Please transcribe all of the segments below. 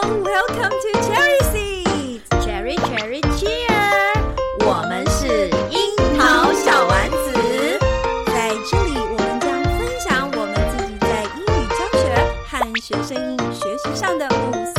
Welcome to Cherry Seeds Cherry Cherry Cheer 我们是樱桃小丸子，在这里我们将分享我们自己在英语教学和学生英语学习上的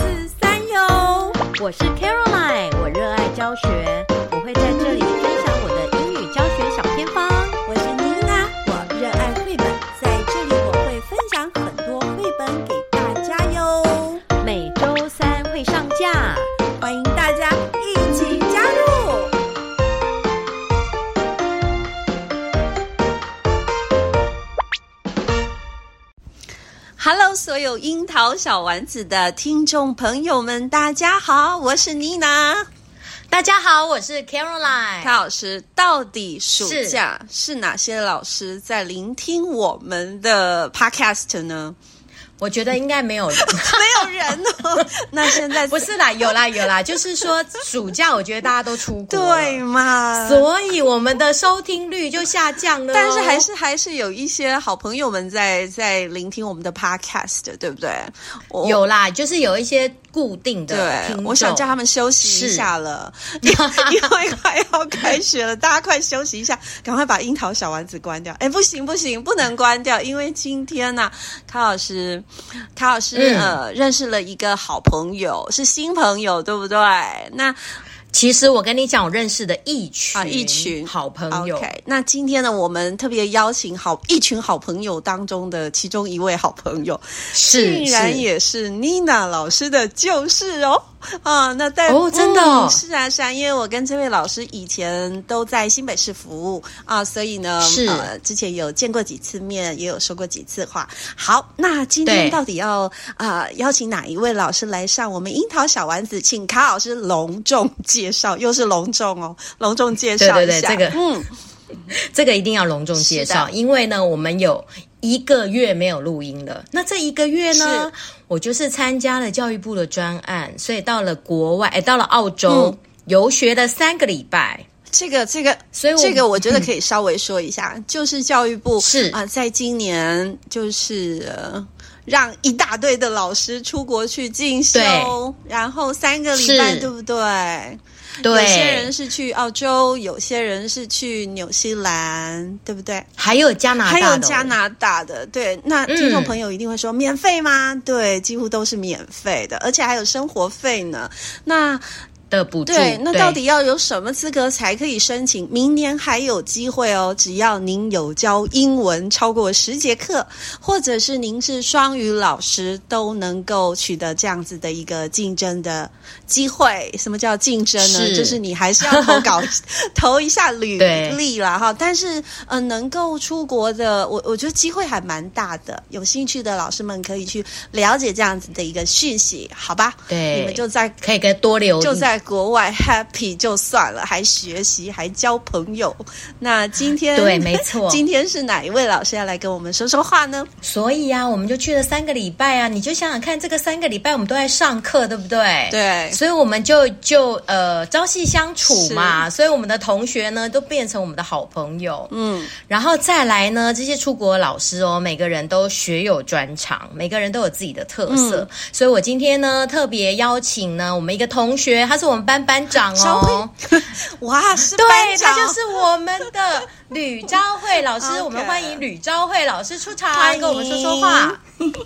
543哟。 我是 Caroline， 我热爱教学，我会在这里分享我的英语教学小偏方。 我是妮娜，我热爱绘本，在这里我会分享很多绘本给大家哟。 每周3会上架， 欢迎大家一起加入。Hello， 所有樱桃小丸子的听众朋友们，大家好，我是妮娜。 大家好，我是 Caroline。 蔡老师，到底暑假是哪些老师在聆听我们的 podcast 呢？ 我觉得应该没有人没有人哦。那现在不是啦，有啦，就是说暑假我觉得大家都出国了， 对嘛， 所以我们的收听率就下降了。 但是还是有一些好朋友们在聆听我们的 podcast， 对不对？ 有啦，就是有一些固定的听众， 对，我想叫他们休息一下了，因为快要开学了，大家快休息一下，赶快把樱桃小丸子关掉。不行，不能关掉，因为今天呢，卡老师认识了一个好朋友，是新朋友，对不对？那其实我跟你讲，我认识的一群好朋友。 Okay， 那今天呢，我们特别邀请一群好朋友当中的其中一位好朋友，竟然也是妮娜老师的旧识哦。那在真的哦， 是啊，因为我跟这位老师以前都在新北市服务啊，所以呢，之前有见过几次面，也有说过几次话。好，那今天到底要邀请哪一位老师来上我们樱桃小丸子？请卡老师隆重介绍，又是隆重哦，隆重介绍一下。 对，这个一定要隆重介绍，因为呢，我们有1个月没有录音了。那这1个月呢，我就是参加了教育部的专案，所以到了国外，到了澳洲游学的3个礼拜。 这个，所以这个我觉得可以稍微说一下，就是教育部在今年就是让一大堆的老师出国去进修，然后3个礼拜，对不对？对，有些人是去澳洲，有些人是去纽西兰，对不对？ 还有加拿大的，对。那听众朋友一定会说，免费吗？对，几乎都是免费的，而且还有生活费呢。那的补助， 对，那到底要有什么资格才可以申请？明年还有机会哦，只要您有教英文超过10节课，或者是您是双语老师，都能够取得这样子的一个竞争的机会。什么叫竞争呢？就是你还是要投一下履历啦哈。但是能够出国的，我觉得机会还蛮大的。有兴趣的老师们可以去了解这样子的一个讯息，好吧？ 对， 你们可以多留意， 就在国外 happy 就算了，还学习，还交朋友。那今天对，没错， 今天是哪一位老师要来跟我们说说话呢？ 所以啊，我们就去了3个礼拜啊，你就想想看，这个3个礼拜我们都在上课，对不对？ 对， 所以我们就朝夕相处嘛，所以我们的同学呢都变成我们的好朋友。然后再来呢，这些出国的老师哦，每个人都学有专长，每个人都有自己的特色。所以我今天呢特别邀请呢我们一个同学，他是我们班长哦。 哇，是对， 班长， 他就是我们的吕昭慧老师。我们欢迎吕昭慧老师出场，跟我们说说话。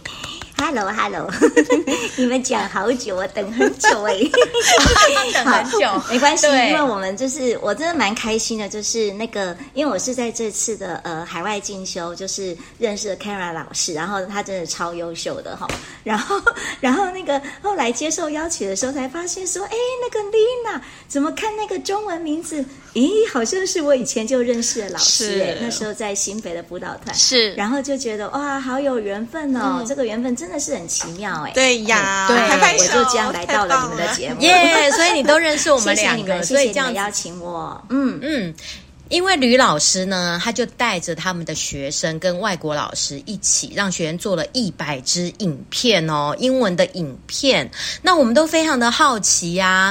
Hello， 你们讲好久，我等很久等很久， 没关系，因为我们我真的蛮开心的，就是那个，因为我是在这次的海外进修，就是认识了 Kara 老师，然后他真的超优秀的哈，然后那个后来接受邀请的时候才发现说，那个 Lina 怎么看那个中文名字，好像是我以前就认识的老师那时候在新北的辅导团然后就觉得哇，好有缘分哦，这个缘分真的是很奇妙对呀， 对，我就这样来到了你们的节目所以你都认识我们2个， 谢谢你们邀请我。 因为吕老师呢，他就带着他们的学生跟外国老师一起，让学生做了100支影片哦，英文的影片。那我们都非常的好奇啊，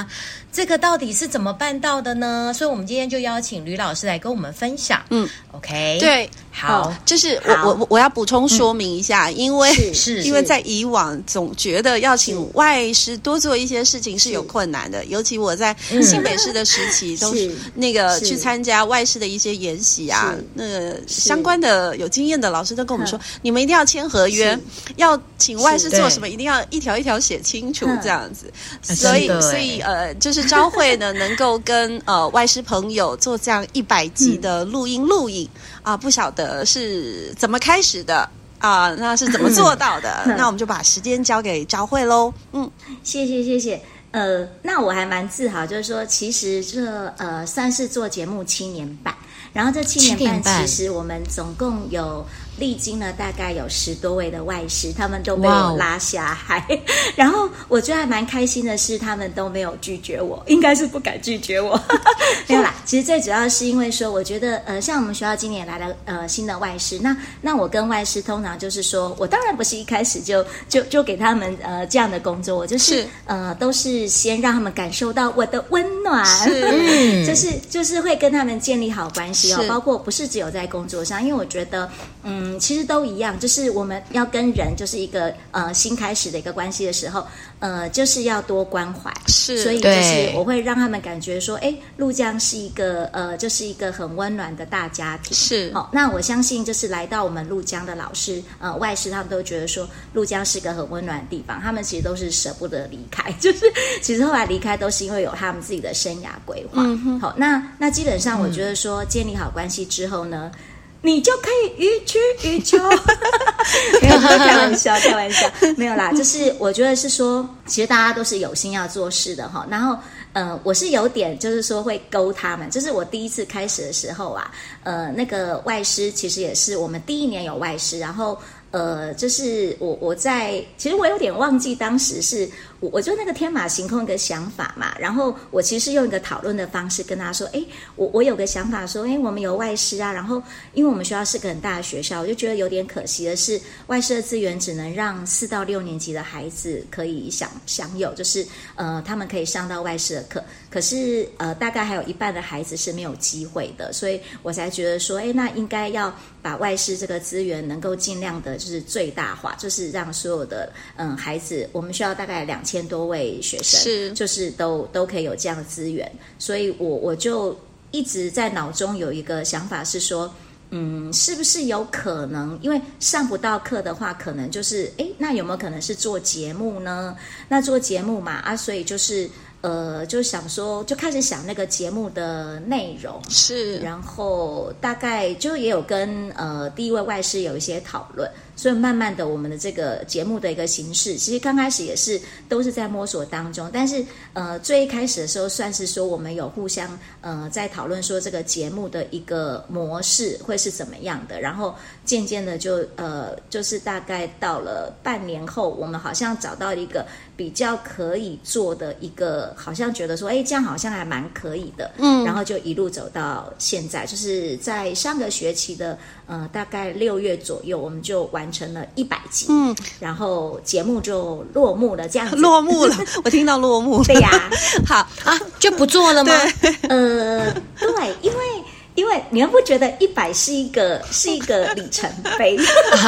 这个到底是怎么办到的呢？所以我们今天就邀请吕老师来跟我们分享。OK， 对， 好， 就是我要补充说明一下，因为在以往总觉得要请外师多做一些事情是有困难的，尤其我在新北市的时期都是那个去参加外师的一些研习啊，那个相关的有经验的老师都跟我们说，你们一定要签合约，要请外师做什么，一定要一条一条写清楚这样子。所以就是朝会呢，能够跟外师朋友做这样100集的录影啊，不晓得是怎么开始的啊，那是怎么做到的？那我们就把时间交给朝会喽。 谢谢。那我还蛮自豪，就是说，其实这算是做节目7年半，然后这7年半其实我们总共有历经了大概有10多位的外师，他们都被我拉下海。然后我觉得还蛮开心的是，他们都没有拒绝我，应该是不敢拒绝我。没有啦，其实最主要是因为说，我觉得像我们学校今年来了新的外师，那我跟外师通常就是说，我当然不是一开始就给他们这样的工作，我就是都是先让他们感受到我的温暖，就是会跟他们建立好关系哦，包括不是只有在工作上，因为我觉得其实都一样，就是我们要跟人就是一个新开始的一个关系的时候，就是要多关怀，所以就是我会让他们感觉说，陆江是一个就是一个很温暖的大家庭。那我相信就是来到我们陆江的老师外师，他们都觉得说陆江是个很温暖的地方，他们其实都是舍不得离开，就是其实后来离开都是因为有他们自己的生涯规划。好，那基本上我觉得说建立好关系之后呢，你就可以予取予求。没有，开玩笑，没有啦。就是我觉得是说，其实大家都是有心要做事的哈。然后我是有点就是说会勾他们，就是我第一次开始的时候啊，那个外师其实也是我们第1年有外师，然后就是我其实我有点忘记当时是我就那个天马行空一个想法嘛，然后我其实用一个讨论的方式跟他说，我有个想法说，我们有外师啊，然后因为我们学校是个很大的学校，我就觉得有点可惜的是，外师的资源只能让4到6年级的孩子可以享有，就是他们可以上到外师的课，可是大概还有一半的孩子是没有机会的，所以我才觉得说，那应该要把外师这个资源能够尽量的就是最大化，就是让所有的孩子，我们学校大概2000多位学生，就是都可以有这样的资源，所以我就一直在脑中有一个想法是说，是不是有可能，因为上不到课的话，可能就是那有没有可能是做节目呢？那做节目嘛所以就是就想说，就开始想那个节目的内容，然后大概就也有跟第一位外师有一些讨论，所以慢慢的我们的这个节目的一个形式，其实刚开始也是都是在摸索当中，但是最一开始的时候算是说我们有互相在讨论说这个节目的一个模式会是怎么样的，然后渐渐的就是大概到了半年后，我们好像找到一个比较可以做的一个，好像觉得说这样好像还蛮可以的，然后就一路走到现在，就是在上个学期的大概6月左右，我们就完成了100集，然后节目就落幕了，这样子落幕了，我听到落幕了， 对呀， 好啊，就不做了吗？ 对，因为你们不觉得100是一个里程碑？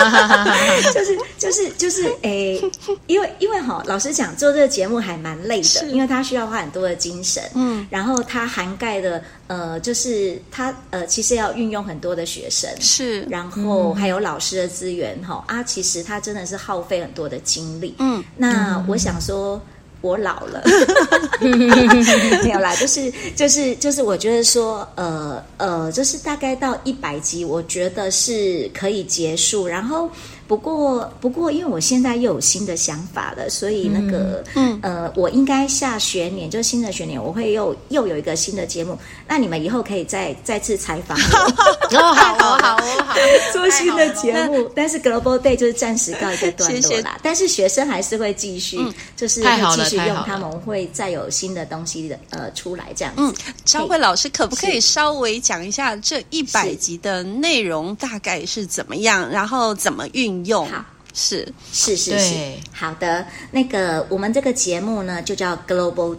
就是因为老实讲，做这个节目还蛮累的，因为它需要花很多的精神，然后它涵盖的就是它其实要运用很多的学生，然后还有老师的资源其实它真的是耗费很多的精力，那我想说，我老了，没有啦，就是我觉得说，就是大概到100集，我觉得是可以结束。然后不过，因为我现在又有新的想法了，所以那个我应该下学年，就新的学年，我会又有一个新的节目。那你们以后可以再次采访我。 好， 做新的节目，但是 Global Day 就是暂时告一个段落啦。但是学生还是会继续，就是会继续用，他们会再有新的东西的出来这样子。 朝会老师可不可以稍微讲一下这100集的内容大概是怎么样，然后怎么运用？ 好， 是， 好的。那个我们这个节目呢就叫 Global Day，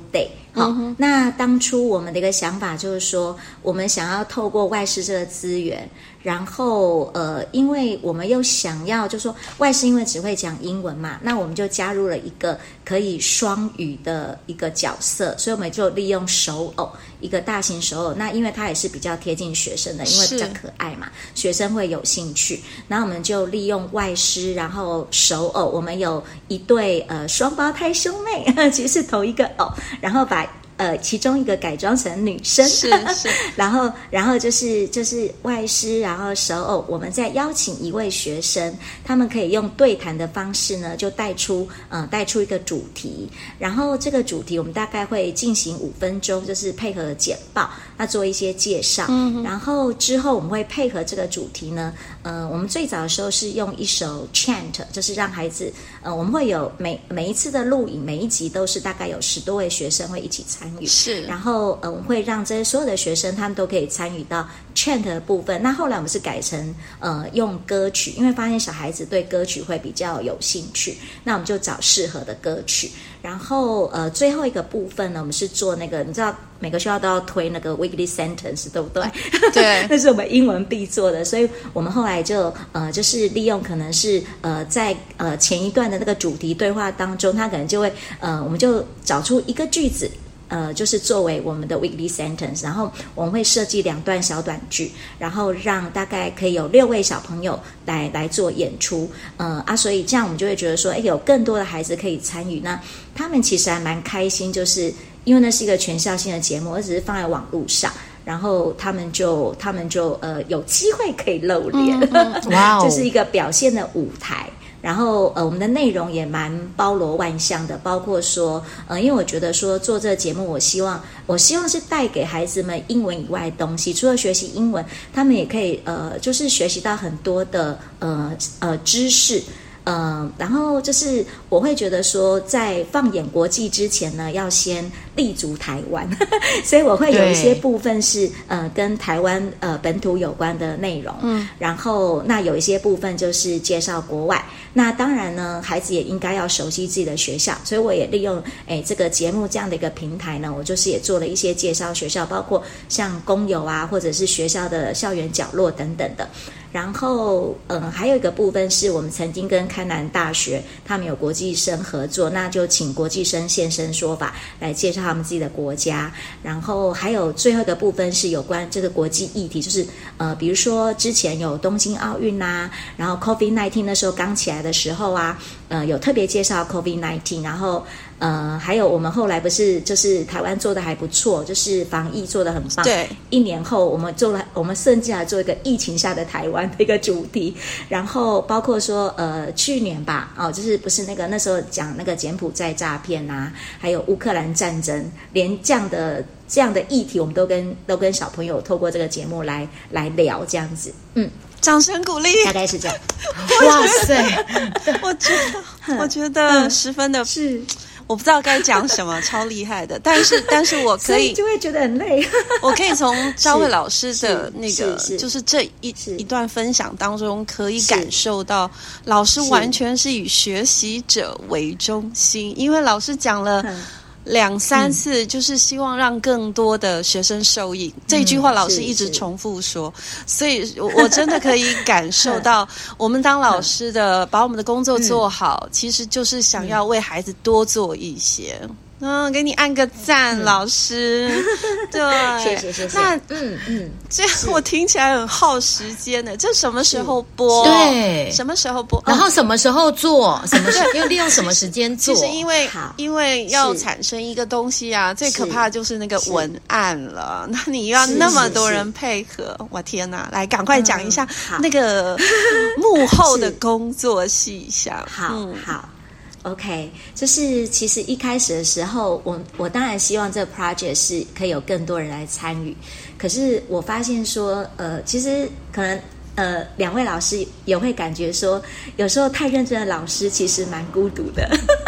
好，那当初我们的一个想法就是说，我们想要透过外师这个资源，然后因为我们又想要就是说外师因为只会讲英文嘛，那我们就加入了一个可以双语的一个角色，所以我们就利用手偶，一个大型手偶，那因为它也是比较贴近学生的，因为比较可爱嘛，学生会有兴趣，然后我们就利用外师，然后手偶，我们有一对双胞胎兄妹，其实是同一个偶，然后把其中一个改装成女生， 是然后就是外师，然后手偶，我们再邀请一位学生，他们可以用对谈的方式呢，就带出一个主题，然后这个主题我们大概会进行5分钟，就是配合简报，那做一些介绍，然后之后我们会配合这个主题呢，我们最早的时候是用一首 chant， 就是让孩子，我们会有每一次的录影，每一集都是大概有10多位学生会一起参与。 是， 然后我们会让这些所有的学生他们都可以参与到 chant 的部分。那后来我们是改成用歌曲，因为发现小孩子对歌曲会比较有兴趣，那我们就找适合的歌曲。然后最后一个部分呢，我们是做那个，你知道每个学校都要推那个 weekly sentence， 对不对？ 对， 那是我们英文必做的，所以我们后来就是利用可能是在前一段的那个主题对话当中，他可能就会我们就找出一个句子。就是作为我们的 weekly sentence， 然后我们会设计2段小短句，然后让大概可以有6位小朋友来做演出，所以这样我们就会觉得说，有更多的孩子可以参与，那他们其实还蛮开心，就是因为那是一个全校性的节目，而只是放在网络上。然后他们就有机会可以露脸， 哇哦， 这是一个表现的舞台。然后我们的内容也蛮包罗万象的，包括说因为我觉得说做这个节目，我希望是带给孩子们英文以外的东西，除了学习英文，他们也可以就是学习到很多的知识。然后就是我会觉得说，在放眼国际之前呢，要先立足台湾，所以我会有一些部分是跟台湾本土有关的内容，然后那有一些部分就是介绍国外。那当然呢，孩子也应该要熟悉自己的学校，所以我也利用这个节目这样的一个平台呢，我就是也做了一些介绍学校，包括像公有啊，或者是学校的校园角落等等的。然后还有一个部分是我们曾经跟开南大学他们有国际生合作，那就请国际生现身说法来介绍他们自己的国家。然后还有最后一个部分是有关这个国际议题，就是比如说之前有东京奥运啊，然后 COVID-19 那时候刚起来的时候啊，有特别介绍 COVID-19， 然后还有我们后来不是就是台湾做的还不错，就是防疫做的很棒。 对 ，1年后我们甚至还做一个疫情下的台湾的一个主题，然后包括说去年吧，就是不是那时候讲那个柬埔寨诈骗啊，还有乌克兰战争，连这样的议题，我们都跟小朋友透过这个节目来聊这样子。 掌声鼓励， 大概是这样。 哇塞， 我觉得十分的是。 我不知道该讲什么，超厉害的。但是我可以就会觉得很累。 我可以从昭慧老师的那个，就是这一段分享当中，可以感受到老师完全是以学习者为中心，因为老师讲了2、3次，就是希望让更多的学生受益。这句话老师一直重复说，所以我真的可以感受到，我们当老师的把我们的工作做好，其实就是想要为孩子多做一些。给你按个赞，老师。对， 谢谢。 那这样我听起来很耗时间呢。这什么时候播？ 对， 什么时候播？ 然后什么时候做？又利用什么时间做？ 其实因为要产生一个东西啊，最可怕的就是那个文案了。那你要那么多人配合，我天哪！来，赶快讲一下那个幕后的工作细项。 好。OK， 就是其实一开始的时候，我当然希望这个 project 是可以有更多人来参与，可是我发现说，其实可能2位老师也会感觉说，有时候太认真的老师其实蛮孤独的。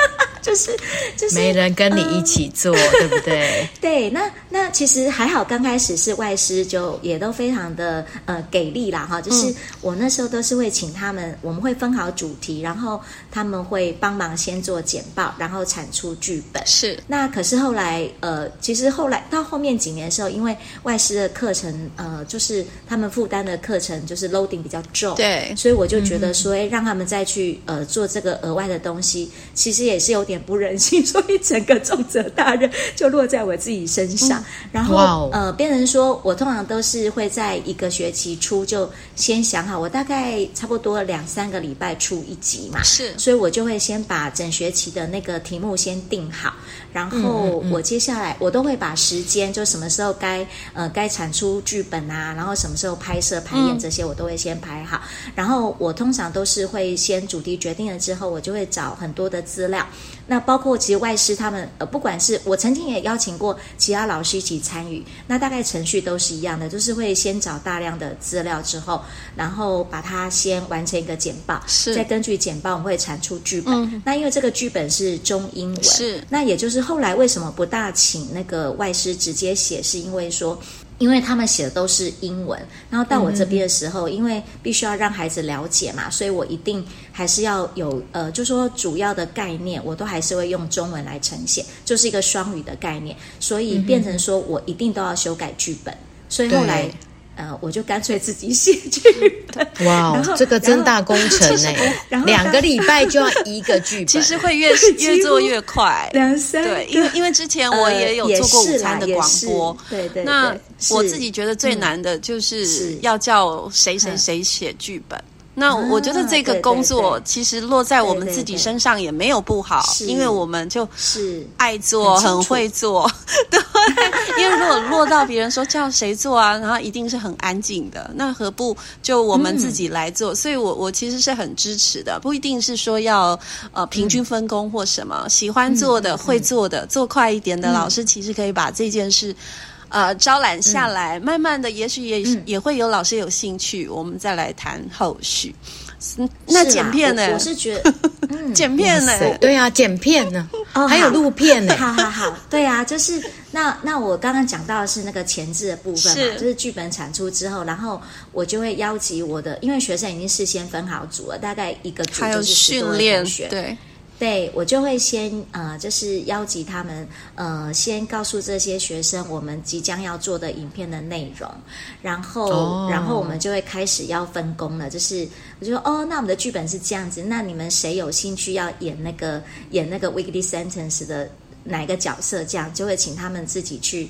就是没人跟你一起做，对不对？ 对，那其实还好，刚开始是外师就也都非常的给力啦哈，就是我那时候都是会请他们，我们会分好主题，然后他们会帮忙先做简报，然后产出剧本。 是。 那可是后来其实后来到后面几年的时候，因为外师的课程就是他们负担的课程就是 loading 比较重， 对， 所以我就觉得说，让他们再去做这个额外的东西，其实也是有点不忍心，所以整个重责大任就落在我自己身上。然后变成说我通常都是会在一个学期初就先想好，我大概差不多2-3个礼拜出一集嘛， 是， 所以我就会先把整学期的那个题目先定好，然后我接下来我都会把时间，就什么时候该产出剧本啊，然后什么时候拍摄排演这些我都会先排好。然后我通常都是会先主题决定了之后，我就会找很多的资料。那包括其实外师他们不管是我曾经也邀请过其他老师一起参与，那大概程序都是一样的，就是会先找大量的资料之后，然后把它先完成一个简报，再根据简报我们会产出剧本。那因为这个剧本是中英文， 是， 那也就是后来为什么不大请那个外师直接写，是因为说因为他们写的都是英文，然后到我这边的时候，因为必须要让孩子了解嘛，所以我一定还是要有就说主要的概念我都还是会用中文来呈现，就是一个双语的概念，所以变成说我一定都要修改剧本，所以后来我就干脆自己写剧本。 哇，这个真大工程欸，2个礼拜就要一个剧本， 其实会越做越快。 2-3 对，因为之前我也有做过午餐的广播， 对对。 那我自己觉得最难的就是要叫谁写剧本。那我觉得这个工作其实落在我们自己身上也没有不好，因为我们就是爱做，很会做。对，因为如果落到别人说叫谁做啊，然后一定是很安静的，那何不就我们自己来做？所以我其实是很支持的，不一定是说要平均分工或什么，喜欢做的、会做的、做快一点的老师，其实可以把这件事招揽下来，慢慢的也许也会有老师有兴趣，我们再来谈后续。那剪片呢？ 我是觉得剪片呢？ 对啊，剪片呢，还有录片呢。 好，对啊，就是那我刚刚讲到的是那个前置的部分嘛，就是剧本产出之后，然后我就会邀集我的，因为学生已经事先分好组了，大概一个组就是10多位同学，对，我就会先就是邀集他们先告诉这些学生我们即将要做的影片的内容，然后我们就会开始要分工了，就是我就说那我们的剧本是这样子，那你们谁有兴趣要演那个 Weekly Sentence 的哪一个角色，这样就会请他们自己去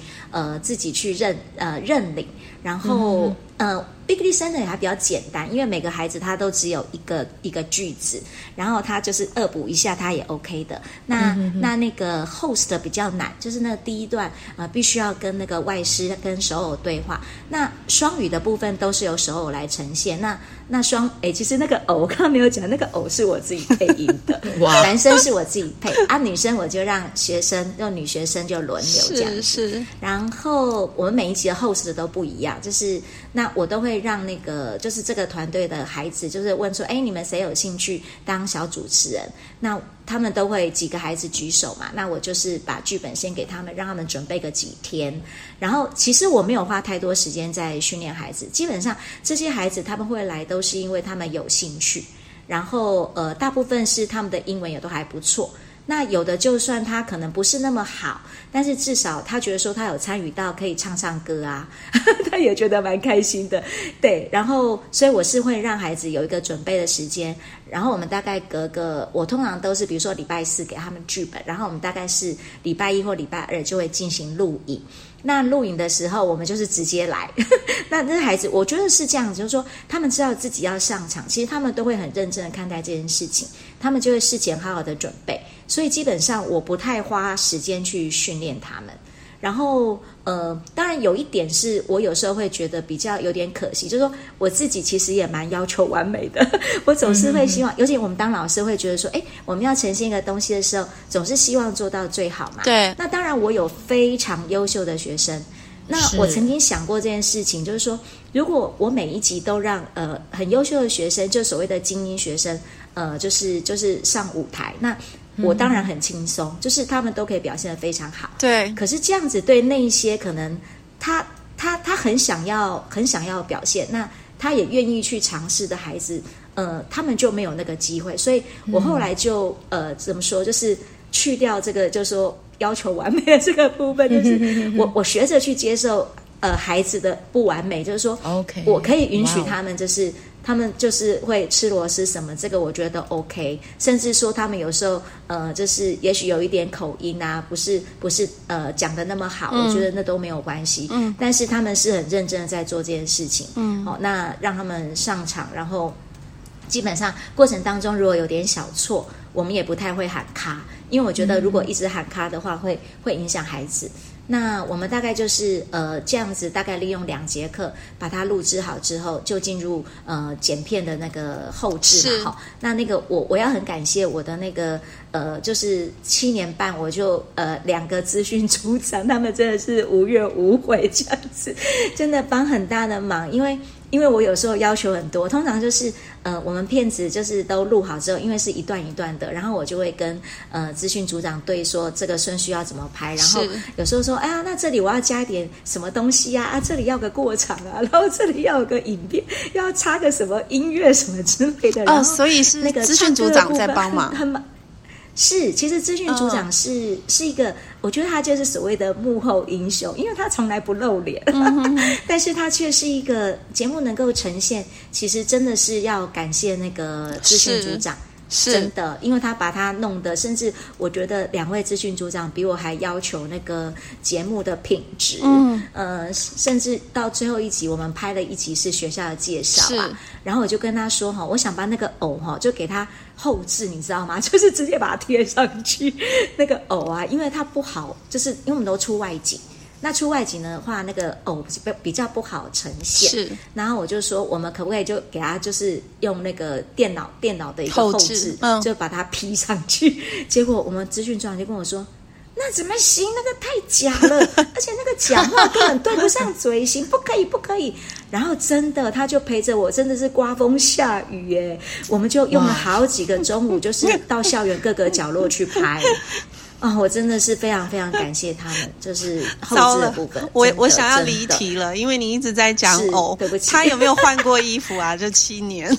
认领，然后Weekly Sentence 还比较简单，因为每个孩子他都只有一个句子，然后他就是恶补一下他也 OK 的。那个 host 比较难，就是那第一段必须要跟那个外师跟手偶对话。那双语的部分都是由手偶来呈现。那其实那个偶我刚刚没有讲，那个偶是我自己配音的，男生是我自己配女生我就让女学生就轮流这样子。是。然后我们每一集的 host 都不一样，就是那我都会让那个就是这个团队的孩子就是问说，你们谁有兴趣当小主持人？那他们都会几个孩子举手嘛，那我就是把剧本先给他们，让他们准备个几天。然后其实我没有花太多时间在训练孩子，基本上这些孩子他们会来都是因为他们有兴趣，然后大部分是他们的英文也都还不错。那有的就算他可能不是那么好，但是至少他觉得说他有参与到可以唱歌啊他也觉得蛮开心的。对，然后所以我是会让孩子有一个准备的时间，然后我们大概我通常都是比如说礼拜4给他们剧本，然后我们大概是礼拜1或礼拜2就会进行录影。那录影的时候我们就是直接来那这孩子我觉得是这样子，就是说他们知道自己要上场，其实他们都会很认真的看待这件事情，他们就会事前好好的准备，所以基本上我不太花时间去训练他们。然后当然有一点是我有时候会觉得比较有点可惜，就是说我自己其实也蛮要求完美的我总是会希望尤其我们当老师会觉得说我们要呈现一个东西的时候总是希望做到最好嘛。对，那当然我有非常优秀的学生，那我曾经想过这件事情，就是说如果我每一集都让很优秀的学生，就所谓的精英学生就是上舞台，那我当然很轻松，就是他们都可以表现得非常好。 对， 可是这样子对那一些可能他很想要表现，那他也愿意去尝试的孩子，他们就没有那个机会。所以我后来就怎么说，就是去掉这个，就是说要求完美的这个部分，就是我学着去接受孩子的不完美，就是说 OK， 我可以允许他们，就是他们就是会吃螺丝什么，这个我觉得 OK。甚至说他们有时候就是也许有一点口音啊，不是讲的那么好，我觉得那都没有关系。但是他们是很认真的在做这件事情。好，那让他们上场，然后基本上过程当中如果有点小错，我们也不太会喊卡，因为我觉得如果一直喊卡的话，会影响孩子。那我们大概就是这样子，大概利用2节课把它录制好之后，就进入剪片的那个后制嘛。好，那个我要很感谢我的那个就是7年半，我就2个资讯组长，他们真的是无怨无悔，这样子真的帮很大的忙，因为我有时候要求很多，通常就是我们片子就是都录好之后，因为是一段一段的，然后我就会跟资讯组长对说这个顺序要怎么拍，然后有时候说哎呀，那这里我要加一点什么东西啊，这里要个过场啊，然后这里要有个影片，要插个什么音乐什么之类的。然后所以是那个资讯组长在帮忙。 是，其实资讯组长是一个，我觉得他就是所谓的幕后英雄，因为他从来不露脸，但是他却是一个节目能够呈现，其实真的是要感谢那个资讯组长。真的，因为他把它弄得，甚至我觉得2位资讯组长比我还要求那个节目的品质。甚至到最后一集，我们拍了一集是学校的介绍啊，然后我就跟他说我想把那个偶就给他后置，你知道吗？就是直接把它贴上去。那个偶啊，因为它不好，就是因为我们都出外景。那出外景的话，那个偶比较不好呈现。是，然后我就说，我们可不可以就给他就是用那个电脑的一个后置，就把它 P 上去。结果我们资讯组长就跟我说，那怎么行？那个太假了，而且那个讲话根本对不上嘴型，不可以。然后真的，他就陪着我，真的是刮风下雨耶，我们就用了好几个中午，就是到校园各个角落去拍。我真的是非常非常感谢他们，就是后置的部分。 我想要离题了，因为你一直在讲偶， 对不起， 他有没有换过衣服啊？这7年。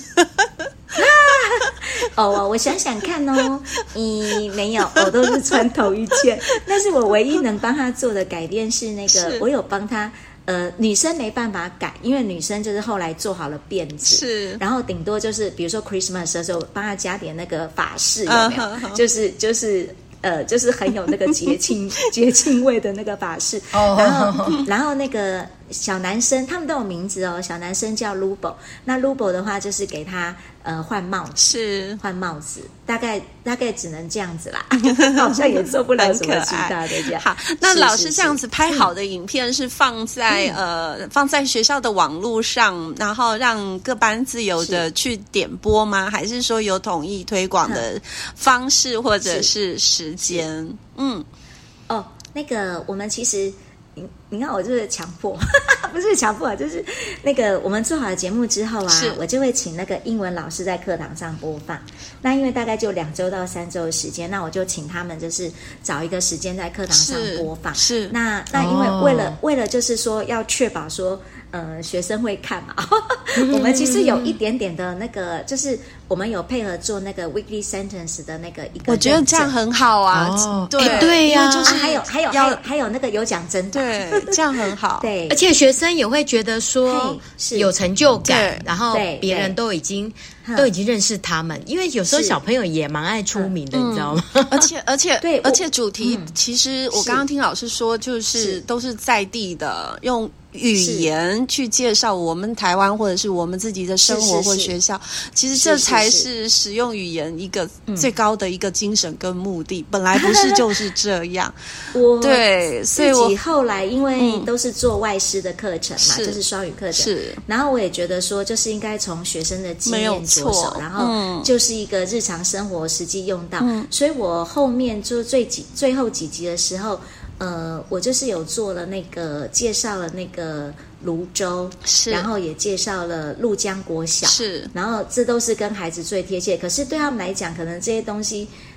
我想想看哦，没有，我都是穿同一件。但是我唯一能帮他做的改变是那个，我有帮他。女生没办法改，因为女生就是后来做好了辫子，是，然后顶多就是比如说 Christmas 的时候帮他加点那个发饰，有没有？就是很有那个节庆味的那个发饰。然后那个小男生他们都有名字哦，小男生叫 Lubo， 那 Lubo 的话就是给他换帽子，大概只能这样子啦，好像也做不了什么其他的这样。 好，那老师这样子拍好的影片是放在学校的网络上，然后让各班自由的去点播吗？还是说有统一推广的方式或者是时间？ 那个我们其实。你看我就是强迫，不是强迫，就是那个我们做好了节目之后啊，我就会请那个英文老师在课堂上播放。那因为大概就2周到3周的时间，那我就请他们就是找一个时间在课堂上播放。是那因为为了就是说要确保说学生会看嘛，我们其实有一点点的那个，就是我们有配合做那个 weekly sentence 的那个一个， 我觉得这样很好啊。 对呀， 就是还有那个有奖征答， 对，这样很好。 对， 而且学生也会觉得说有成就感，然后别人都已经认识他们，因为有时候小朋友也蛮爱出名的，你知道吗？ 而且主题其实我刚刚听老师说，就是都是在地的，用语言去介绍我们台湾或者是我们自己的生活或学校，其实这才是使用语言一个最高的一个精神跟目的，本来不是就是这样。对，所以我自己后来因为都是做外师的课程嘛，就是双语课程，然后我也觉得说，就是应该从学生的经验着手，然后就是一个日常生活实际用到，所以我后面就最后几集的时候。我就是有做了那个介绍了那个泸州，然后也介绍了鹭江国小，然后这都是跟孩子最贴切。可是对他们来讲，可能这些东西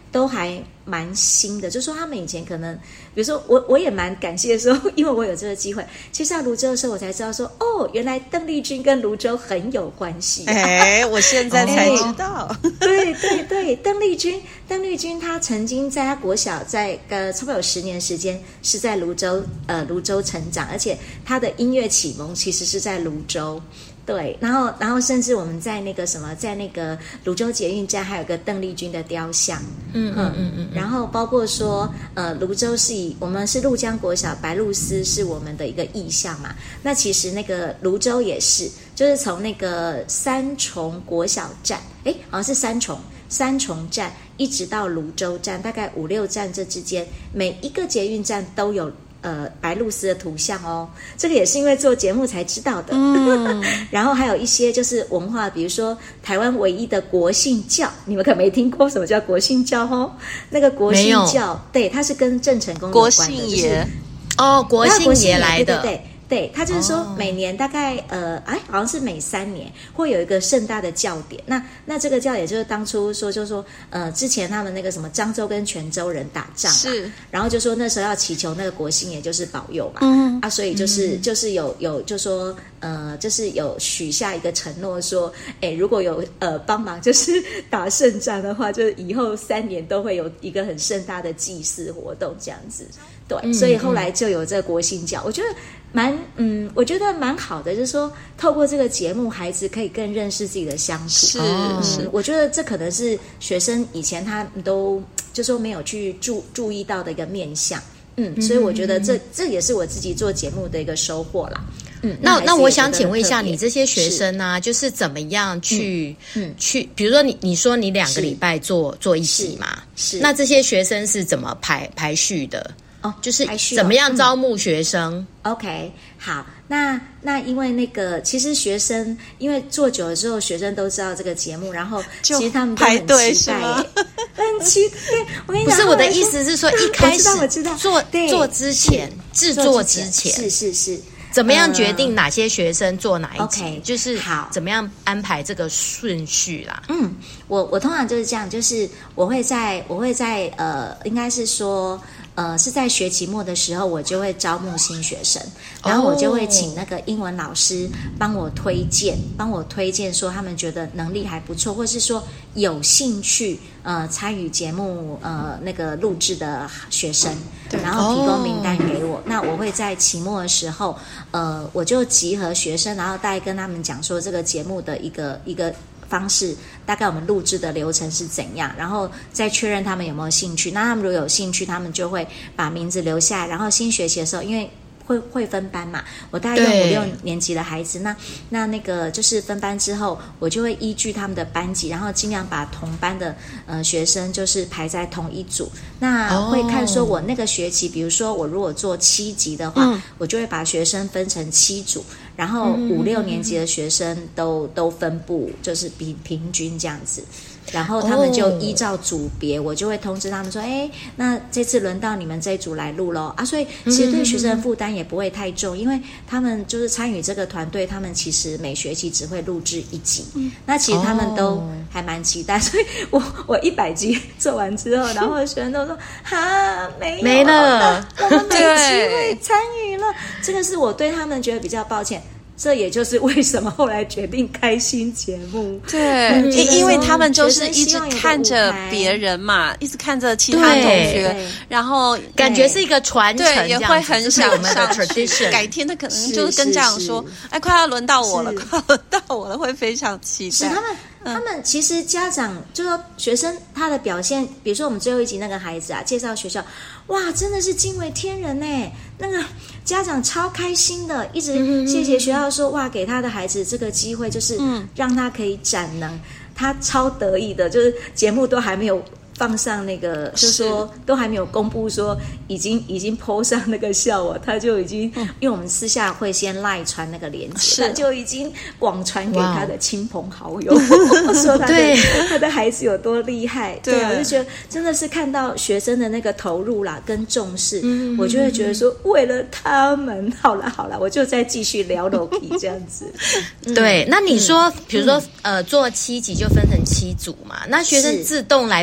都还蛮新的，就是说他们以前可能，比如说我也蛮感谢说，因为我有这个机会，其实到泸州的时候，我才知道说，哦，原来邓丽君跟泸州很有关系。 我现在才知道。 对对对，邓丽君她曾经在她国小在差不多有10年时间是在泸州成长，而且她的音乐启蒙其实是在泸州。对，然后甚至我们在那个在那个泸州捷运站还有个邓丽君的雕像，然后包括说泸州我们是鹭江国小，白鹭鸶是我们的一个意象嘛，那其实那个泸州也是，就是从那个三重国小站，好像是三重站一直到泸州站，大概5-6站这之间，每一个捷运站都有白鹭鸶的图像哦，这个也是因为做节目才知道的。然后还有一些就是文化，比如说台湾唯一的国姓教，你们可没听过什么叫国姓教哦？那个国姓教，对，它是跟郑成功有关的， 国姓爷、 国姓爷来的， 对，他就是说每年大概好像是每3年会有一个盛大的教典。那这个教典就是当初说之前他们那个什么漳州跟泉州人打仗嘛，是，然后就说那时候要祈求那个国姓爷就是保佑嘛，所以就是有就说就是有许下一个承诺说，如果有帮忙就是打胜仗的话，就是以后3年都会有一个很盛大的祭祀活动这样子。对，所以后来就有这个国姓教，我觉得蛮好的，就是说透过这个节目，孩子可以更认识自己的乡土。是，我觉得这可能是学生以前他们都就说没有去注意到的一个面向。所以我觉得这也是我自己做节目的一个收获啦。 那我想请问一下，你这些学生啊，就是怎么样去，比如说你说你2个礼拜做一集嘛，是，那这些学生是怎么排序的？就是怎么样招募学生 ？OK， 好，那因为那个其实学生因为做久了之后，学生都知道这个节目，然后其实他们都很期待，很期待。我跟你讲， 不是我的意思是说，一开始我知道做之前制作之前是。 怎么样决定哪些学生做哪一集？就是好， 怎么样安排这个顺序啦？ 我通常就是这样，就是我会在应该是说是在学期末的时候，我就会招募新学生，然后我就会请那个英文老师帮我推荐说他们觉得能力还不错，或是说有兴趣参与节目那个录制的学生，然后提供名单给我。那我会在期末的时候，我就集合学生，然后大概跟他们讲说这个节目的一个方式，大概我们录制的流程是怎样，然后再确认他们有没有兴趣。那他们如果有兴趣，他们就会把名字留下来，然后新学期的时候，因为会分班嘛，我大概用5、6年级的孩子，那个就是分班之后，我就会依据他们的班级，然后尽量把同班的学生就是排在同一组。那会看说我那个学期，比如说我如果做7集的话，我就会把学生分成7组，然后5、6年级的学生都分布就是平均这样子。然后他们就依照组别，我就会通知他们说，那这次轮到你们这一组来录咯所以其实对学生的负担也不会太重，因为他们就是参与这个团队，他们其实每学期只会录制1集，那其实他们都还蛮期待，所以我100集做完之后，然后学生都说没了，我们没机会参与了，这个是我对他们觉得比较抱歉。这也就是为什么后来决定开新节目。 对，因为他们就是一直看着别人嘛，一直看着其他同学，然后感觉是一个传承， 对，也会很想上去。 tradition。 改天他可能就是跟家长说，快要轮到我了，快要轮到我了，会非常期待。 是他们其实家长就说学生他的表现，比如说我们最后一集那个孩子啊，介绍学校，哇，真的是惊为天人耶，那个家长超开心的，一直谢谢学校说哇，给他的孩子这个机会，就是让他可以展能，他超得意的，就是节目都还没有放上那个，就说都还没有公布说已经 po 上那个笑我，他就已经，因为我们私下会先赖传那个链接，他就已经广传给他的亲朋好友，说他的孩子有多厉害。对，我就觉得真的是看到学生的那个投入啦跟重视，我就会觉得说为了他们，好了，我就再继续聊 Loki 这样子。 对，那你说，比如说做7集就分成7组嘛，那学生自动来报名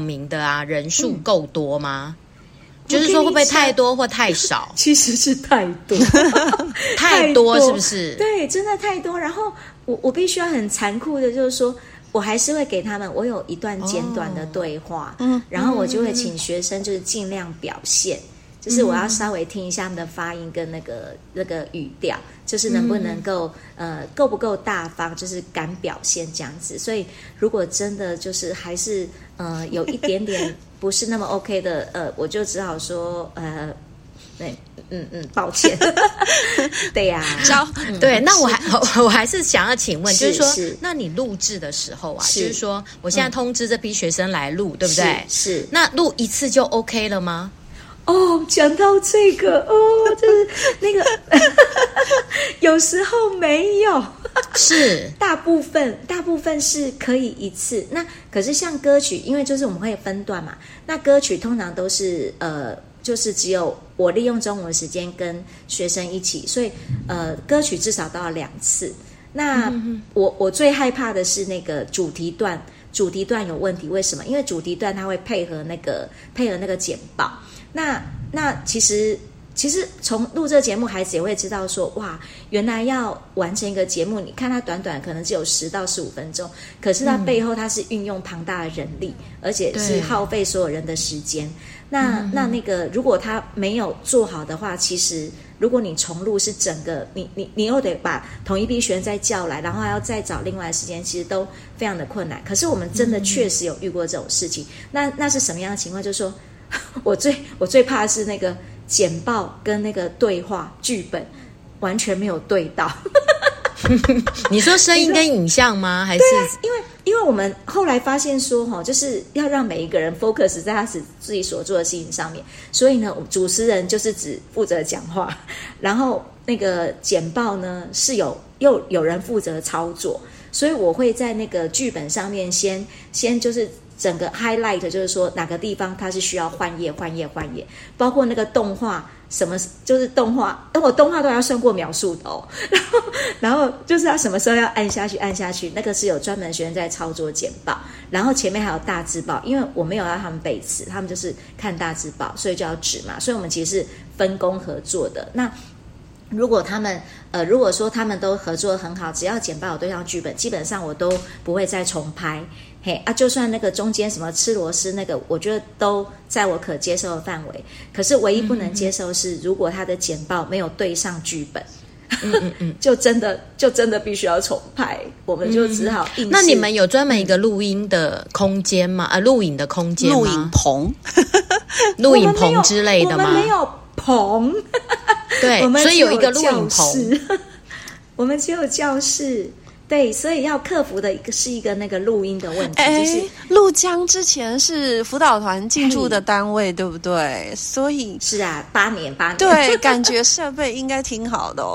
名的啊人数够多吗？就是说会不会太多或太少？ 其实是太多， 太多是不是？ 对，真的太多。然后我必须要很残酷的，就是说我还是会给他们，我有一段简短的对话，然后我就会请学生就是尽量表现。就是我要稍微听一下他们的发音跟那个语调，就是能不能够够不够大方，就是敢表现这样子。所以如果真的就是还是有一点点不是那么 OK 的我就只好说对，抱歉，对呀、 对，那我还是想要请问，就是说，那你录制的时候啊，就是说，我现在通知这批学生来录，对不对？ 是， 那录一次就 OK 了吗？ 哦，讲到这个就是那个有时候没有， 是大部分是可以一次。那可是像歌曲，因为就是我们会分段嘛，那歌曲通常都是就是只有我利用中午的时间跟学生一起，所以歌曲至少都要2次。那我最害怕的是那个主题段有问题，为什么？因为主题段它会配合那个简报。那其实从录这个节目，孩子也会知道说，哇，原来要完成一个节目，你看它短短可能只有10到15分钟，可是它背后它是运用庞大的人力，而且是耗费所有人的时间。那个如果他没有做好的话，其实如果你重录是整个你又得把同一批学生再叫来，然后还要再找另外的时间，其实都非常的困难。可是我们真的确实有遇过这种事情。那是什么样的情况？就是说我最怕的是那个简报跟那个对话剧本完全没有对到。 你说声音跟影像吗？还是因为我们后来发现说就是要让每一个人 focus 在他自己所做的事情上面，所以呢，主持人就是只负责讲话，然后那个简报呢是又有人负责操作，所以我会在那个剧本上面先就是整个 highlight， 就是说哪个地方它是需要换页，包括那个动画什么，就是动画，我动画都要算过描述的然后就是他什么时候要按下去，那个是有专门学生在操作简报，然后前面还有大字报，因为我没有让他们背词，他们就是看大字报，所以就要指嘛，所以我们其实是分工合作的。那如果说他们都合作得很好，只要简报有对上剧本，基本上我都不会再重拍。就算那个中间什么吃螺丝那个，我觉得都在我可接受的范围。可是唯一不能接受是，如果他的简报没有对上剧本，就真的必须要重拍，我们就只好硬。 那你们有专门一个录音的空间吗？录影的空间吗？ 录影棚、 录影棚之类的吗？ 我们没有棚， 对，所以有一个录影棚， 我们只有教室。对，所以要克服的是一个那个录音的问题，就是鹭江之前是辅导团进驻的单位，对不对？所以是啊，8年， 对，感觉设备应该挺好的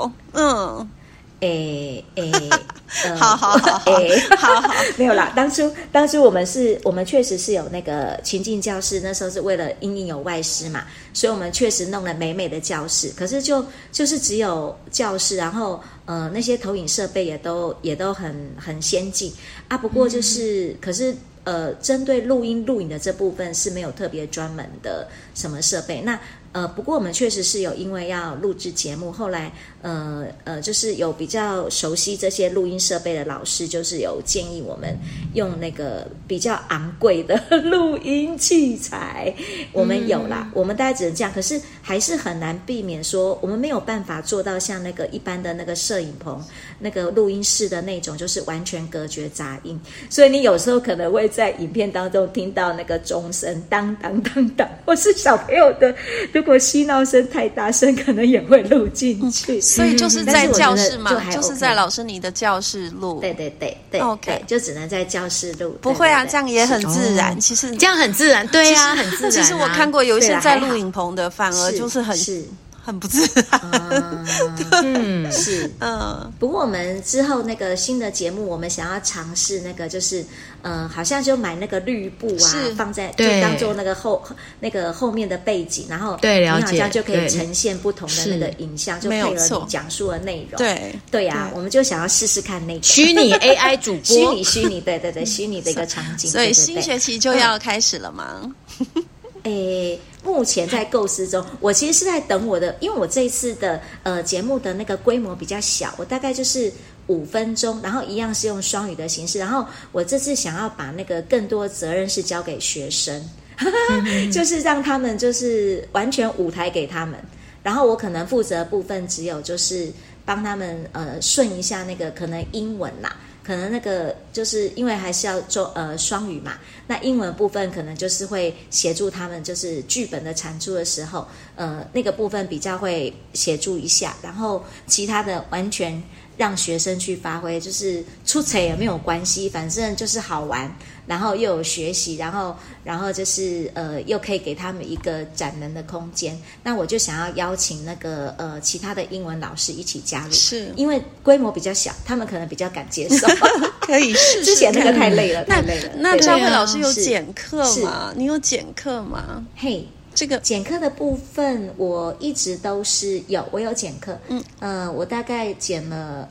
好， 没有啦。当初我们确实是有那个情境教室，那时候是为了因应有外师嘛，所以我们确实弄了美美的教室。可是就是只有教室，然后那些投影设备也都很先进啊。不过就是可是针对录影的这部分是没有特别专门的什么设备。那不过我们确实是有因为要录制节目，后来就是有比较熟悉这些录音设备的老师，就是有建议我们用那个比较昂贵的录音器材。我们有啦，我们大概只能这样，可是还是很难避免说我们没有办法做到像那个一般的那个摄影棚那个录音室的那种，就是完全隔绝杂音。所以你有时候可能会在影片当中听到那个钟声当当当当，或是小朋友的如果嬉闹声太大声，可能也会录进去。 所以就是在教室嘛，就是在老师你的教室录。 对 ，OK， 就只能在教室录。 不会啊，这样也很自然。其实这样很自然，对啊，很自然。 其实我看过有一些在录影棚的，反而就是很不自然。 是，不过我们之后那个新的节目，我们想要尝试那个，就是好像就买那个绿布啊，放在就当做那个后面的背景，然后你好像就可以呈现不同的那个影像，就配合你讲述的内容。对呀，我们就想要试试看那个虚拟 AI 主播， 虚拟，对，虚拟的一个场景。 所以新学期就要开始了吗？ 目前在构思中，我其实是在等我的，因为我这一次的节目的那个规模比较小，我大概就是5分钟，然后一样是用双语的形式，然后我这次想要把那个更多责任是交给学生，就是让他们就是完全舞台给他们，然后我可能负责的部分只有就是帮他们顺一下那个可能英文啦。可能那个就是因为还是要做双语嘛，那英文部分可能就是会协助他们，就是剧本的产出的时候，那个部分比较会协助一下，然后其他的完全让学生去发挥，就是出彩也没有关系，反正就是好玩，然后又有学习，然后就是又可以给他们一个展能的空间。那我就想要邀请那个其他的英文老师一起加入， 是因为规模比较小，他们可能比较敢接受。 可以试试。 之前那个太累了。 那张慧老师有剪课吗？你有剪课吗？ 嘿。 这个剪课的部分我一直都是我有剪课，我大概剪了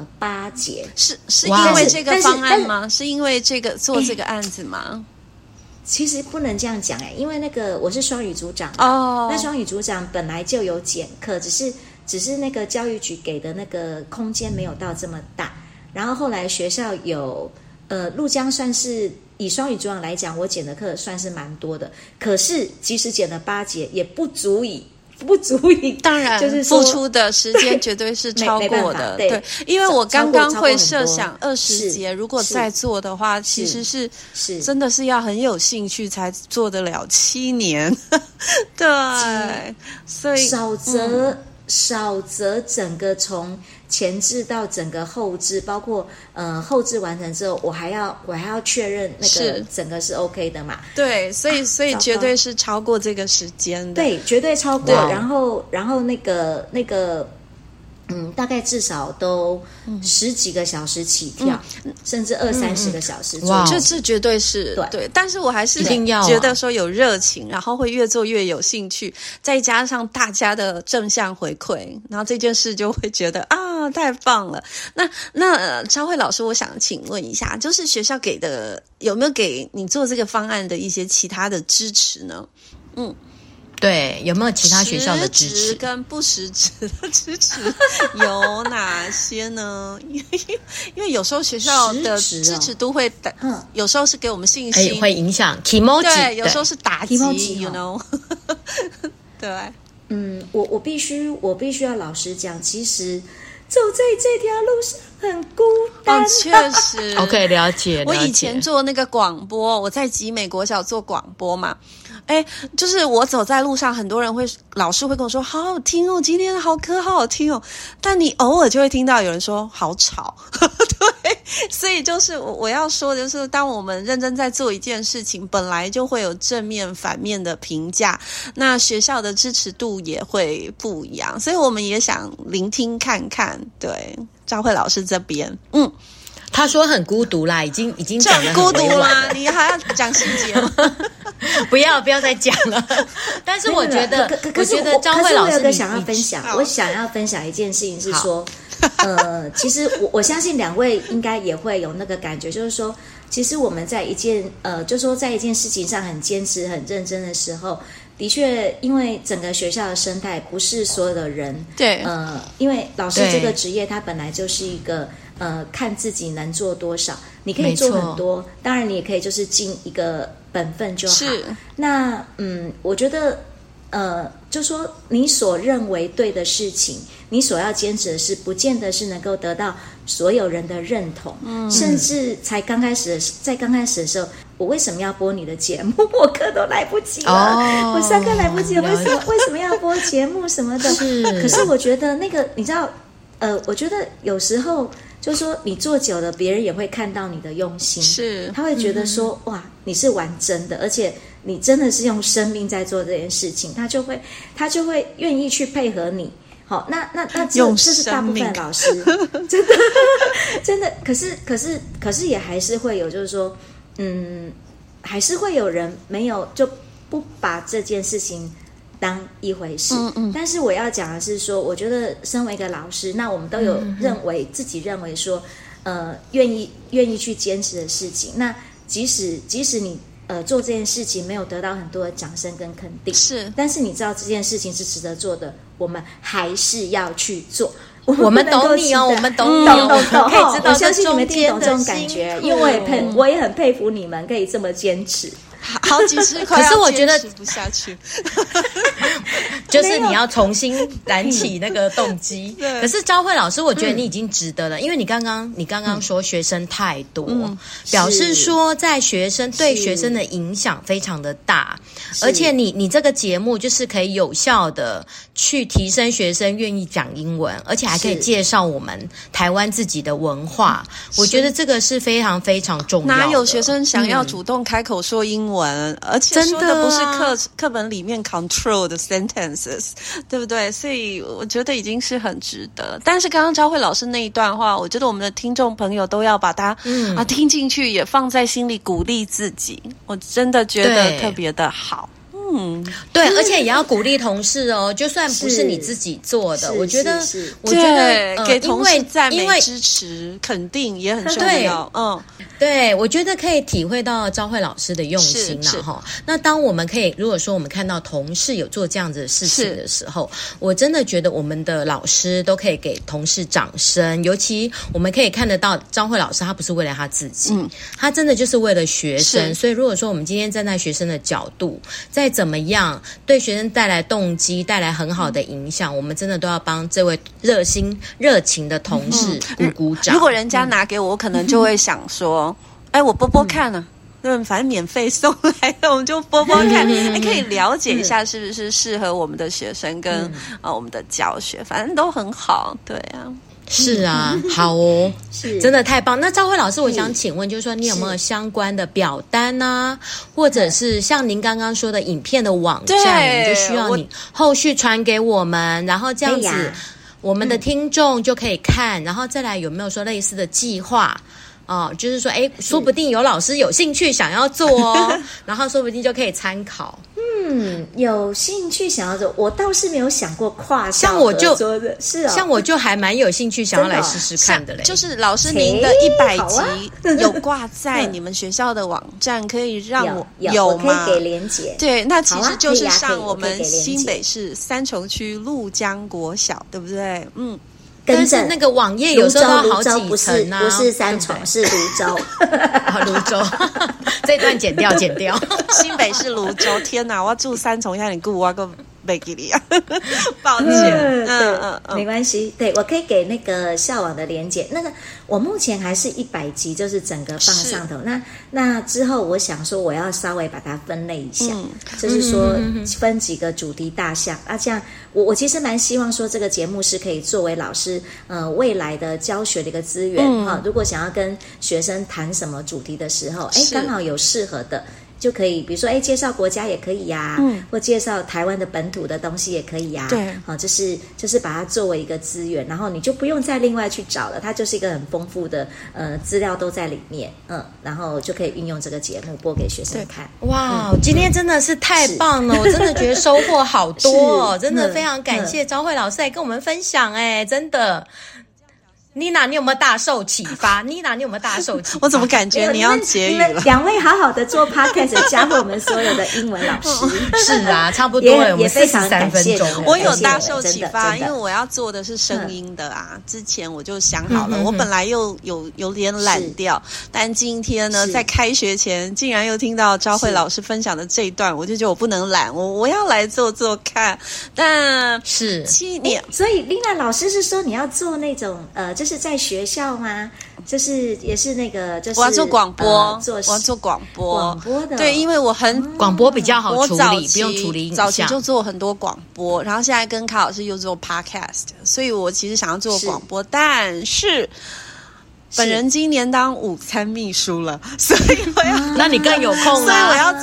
8节， 是因为这个方案吗？是因为这个做这个案子吗？ 其实不能这样讲因为那个我是双语组长那双语组长本来就有剪课，只是那个教育局给的那个空间没有到这么大，然后后来学校有陆江算是以双语组长来讲，我剪的课算是蛮多的，可是即使剪了8节也不足以， 当然就是付出的时间绝对是超过的。对，因为我刚刚会设想20节，如果再做的话，其实是真的是要很有兴趣才做得了7年。对，所以少则整个从前置到整个后置，包括后置完成之后，我还要确认那个整个是 OK 的嘛？ 对，所以绝对是超过这个时间的， 对，绝对超过。然后那个大概至少都10几个小时起跳，甚至20-30个小时左右。 这绝对是对，但是我还是觉得说有热情，然后会越做越有兴趣，再加上大家的正向回馈，然后这件事就会觉得太棒了。那昭慧老师，我想请问一下，就是学校给的有没有给你做这个方案的一些其他的支持呢？ 对，有没有其他学校的支持？ 实质跟不实质的支持有哪些呢？因为有时候学校的支持度会有时候是给我们信心， 会影响 Kimoji， 对，有时候是打击 ，you know， 对。 我必须要老实讲，其实走在这条路上很孤单。 确实 ，OK， 了解。 我以前做那个广播，我在集美国小做广播嘛。就是我走在路上，很多人老师会跟我说好好听哦，今天的好歌好好听哦，但你偶尔就会听到有人说好吵。对，所以就是我要说的就是当我们认真在做一件事情，本来就会有正面反面的评价，那学校的支持度也会不一样，所以我们也想聆听看看。对，昭慧老师这边他说很孤独啦，已经讲得很孤独啦，你还要讲细节吗？ 不要再讲了。但是我觉得，昭慧老师， 我想要分享一件事情是说，其实我相信2位应该也会有那个感觉，就是说，其实我们在一件就说在一件事情上很坚持、很认真的时候，的确，因为整个学校的生态不是所有的人， 对， 因为老师这个职业，它本来就是一个。看自己能做多少，你可以做很多，当然你也可以就是尽一个本分就好。是，那我觉得就说你所认为对的事情，你所要坚持的事，不见得是能够得到所有人的认同，甚至在刚开始的时候，我为什么要播你的节目？我课都来不及了，我上课来不及了，为什么要播节目什么的？可是我觉得那个你知道，我觉得有时候。就是说你做久了，别人也会看到你的用心，是他会觉得说哇，你是玩真的，而且你真的是用生命在做这件事情，他就会愿意去配合你。好，那这是大部分的老师真的，可是也还是会有，就是说，还是会有人没有就不把这件事情当一回事。但是我要讲的是说，我觉得身为一个老师，那我们都有自己认为说，愿意去坚持的事情。那即使你做这件事情没有得到很多的掌声跟肯定，但是你知道这件事情是值得做的，我们还是要去做。 我们懂你哦，我们懂你哦，可以知道我相信你们一定懂这种感觉，因为我也很佩服你们可以这么坚持。 好几次快要坚持不下去， 就是你要重新燃起那个动机。可是昭慧老师，我觉得你已经值得了，因为你刚刚说学生太多，表示说在对学生的影响非常的大，而且你这个节目就是可以有效的去提升学生愿意讲英文，而且还可以介绍我们台湾自己的文化。我觉得这个是非常非常重要的。 哪有学生想要主动开口说英文？而且说的不是课本里面 control 的 sentences， 对不对？所以我觉得已经是很值得。但是刚刚昭慧老师那一段话，我觉得我们的听众朋友都要把它听进去，也放在心里，鼓励自己。我真的觉得特别的好。 对，而且也要鼓励同事哦，就算不是你自己做的，我觉得给同事赞美、支持、肯定也很重要。 对，我觉得可以体会到昭慧老师的用心哈。那当我们如果说我们看到同事有做这样子的事情的时候，我真的觉得我们的老师都可以给同事掌声。尤其我们可以看得到昭慧老师，他不是为了他自己，他真的就是为了学生。所以如果说我们今天站在学生的角度，再怎么样对学生带来动机，带来很好的影响，我们真的都要帮这位热情的同事鼓掌。 如果人家拿给我，我可能就会想说，我播播看啊，反正免费送来的，我们就播播看，可以了解一下是不是适合我们的学生跟我们的教学，反正都很好，对啊。 是啊，好哦，真的太棒。那昭慧老师，我想请问，就是说你有没有相关的表单啊，或者是像您刚刚说的影片的网站，就需要你后续传给我们，然后这样子我们的听众就可以看，然后再来有没有说类似的计划？就是说，说不定有老师有兴趣想要做哦，然后说不定就可以参考。 有兴趣想要做，我倒是没有想过跨校合作的， 像我就还蛮有兴趣想要来试试看的嘞。 就是老师您的100集有挂在你们学校的网站，可以让我有吗？ 我可以给连结。 对，那其实就是上我们新北市三重区鹭江国小，对不对？ 但是那个网页有时候都好几层啊， 不是三重，是泸州。 泸州，这段剪掉。 新北市泸州，天哪！我住三重，让你顾我个没给你啊，抱歉。 没关系。对，我可以给那个校网的连结。那个我目前还是100集，就是整个放上头。那之后，我想说我要稍微把它分类一下，就是说分几个主题大项啊，这样我其实蛮希望说这个节目是可以作为老师未来的教学的一个资源如果想要跟学生谈什么主题的时候，刚好有适合的。就可以，比如说，介绍国家也可以呀，或介绍台湾的本土的东西也可以呀。 对， 就是把它作为一个资源，然后你就不用再另外去找了，它就是一个很丰富的资料都在里面，然后就可以运用这个节目播给学生看。 哇，今天真的是太棒了，我真的觉得收获好多真的非常感谢昭慧老师来跟我们分享，真的。Nina， 你有没有大受启发？ 我怎么感觉你要结语了？ 你们两位好好的做 podcast， 教会我们所有的英文老师。 是啊，差不多了，我们43分钟。 我有大受启发，因为我要做的是声音的啊。之前我就想好了，我本来又有点懒掉，但今天呢，在开学前竟然又听到昭慧老师分享的这一段，我就觉得我不能懒，我要来做做看。但是 7年， 所以 Nina 老师是说你要做那种就是在学校吗？就是也是那个，就是我要做广播，我要做广播的。 对，因为我广播比较好处理，不用处理影像。 早期就做很多广播，然后现在跟卡老师又做 podcast， 所以我其实想要做广播，但是本人今年当午餐秘书了，所以我要， 那你更有空了。 所以我要做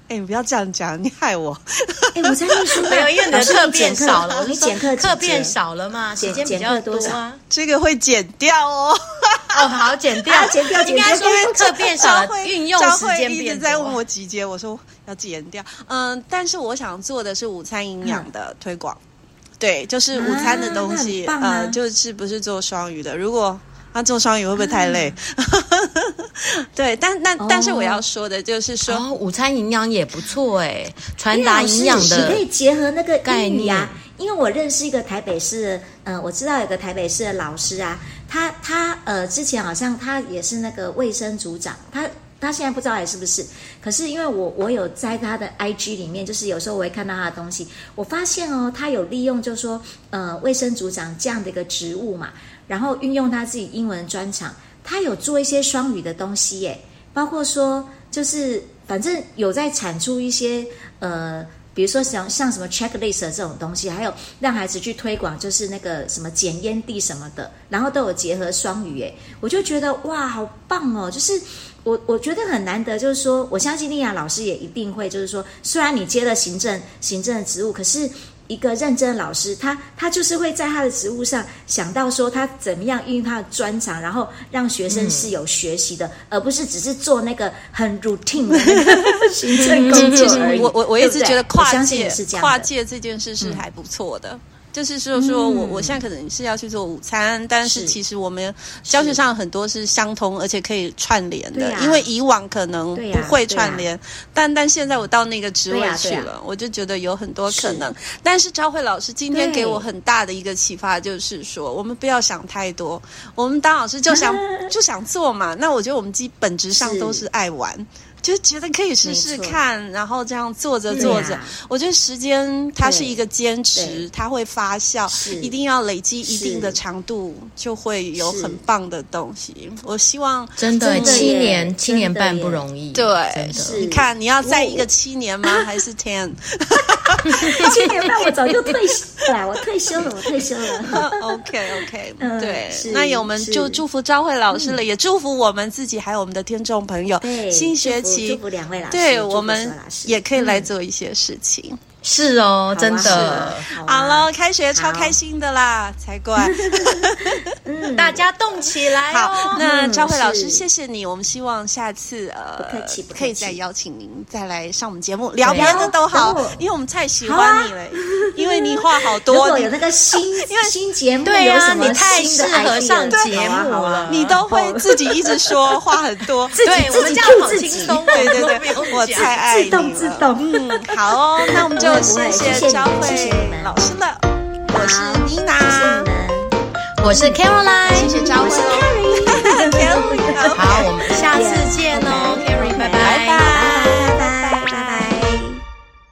你不要这样讲，你害我。 我在念书， 没有，因为你的课变少了， 你减课课变少了嘛，时间比较多啊。 这个会减掉哦。 好，减掉，应该说课变少了，运用时间变多。 一直在问我几节，我说要减掉。但是我想做的是午餐营养的推广，对，就是午餐的东西，就是不是做双语的。如果做双语会不会太累？对，但是我要说的就是说， 午餐营养也不错传达营养的， 你可以结合那个概念啊。 因为我认识一个台北市的，我知道有个台北市的老师啊，他之前好像他也是那个卫生组长，他现在不知道还是不是，可是因为我有在他的 IG 里面，就是有时候我会看到他的东西，我发现他有利用就是说卫生组长这样的一个职务嘛，然后运用他自己英文专长，他有做一些双语的东西耶，包括说就是反正有在产出一些比如说像什么 checklist 这种东西，还有让孩子去推广就是那个什么检验地什么的，然后都有结合双语耶，我就觉得哇好棒哦，就是我觉得很难得，就是说我相信丽雅老师也一定会，就是说虽然你接了行政的职务，可是一个认真的老师，他就是会在他的职务上想到说他怎么样运用他的专长，然后让学生是有学习的，而不是只是做那个很 routine 的那个行政工作而已。 我一直觉得跨界这件事是还不错的。就是说我现在可能是要去做午餐，但是其实我们教学上很多是相通，而且可以串联的，因为以往可能不会串联，但现在我到那个职位去了，我就觉得有很多可能。但是昭慧老师今天给我很大的一个启发，就是说我们不要想太多，我们当老师就想做嘛。那我觉得我们本质上都是爱玩。就觉得可以试试看，然后这样做着，我觉得时间它是一个坚持，它会发酵，一定要累积一定的长度，就会有很棒的东西。我希望真的7年半不容易， 对，你看你要在一个7年吗？还是 10？ 7年半我早就退休了，我退休了。 OK， 对，那我们就祝福昭慧老师了，也祝福我们自己还有我们的听众朋友，新学期。 祝福2位老师， 对，我们也可以来做一些事情。 是哦，真的。 好了，开学超开心的啦，才怪。 大家动起来哦。 好，那昭慧老师，谢谢你。我们希望下次不客气， 可以再邀请您再来上我们节目，聊别的都好，因为我们太喜欢你了。因为你话好多， 如果有那个新节目，对啊，你太适合上节目了， 你都会自己一直说话很多， 对我们这样好轻松。 对，我太爱你了， 自动。 好哦，那我们就谢谢昭慧老师了。我是妮娜， 我是 Caroline， 谢谢昭慧。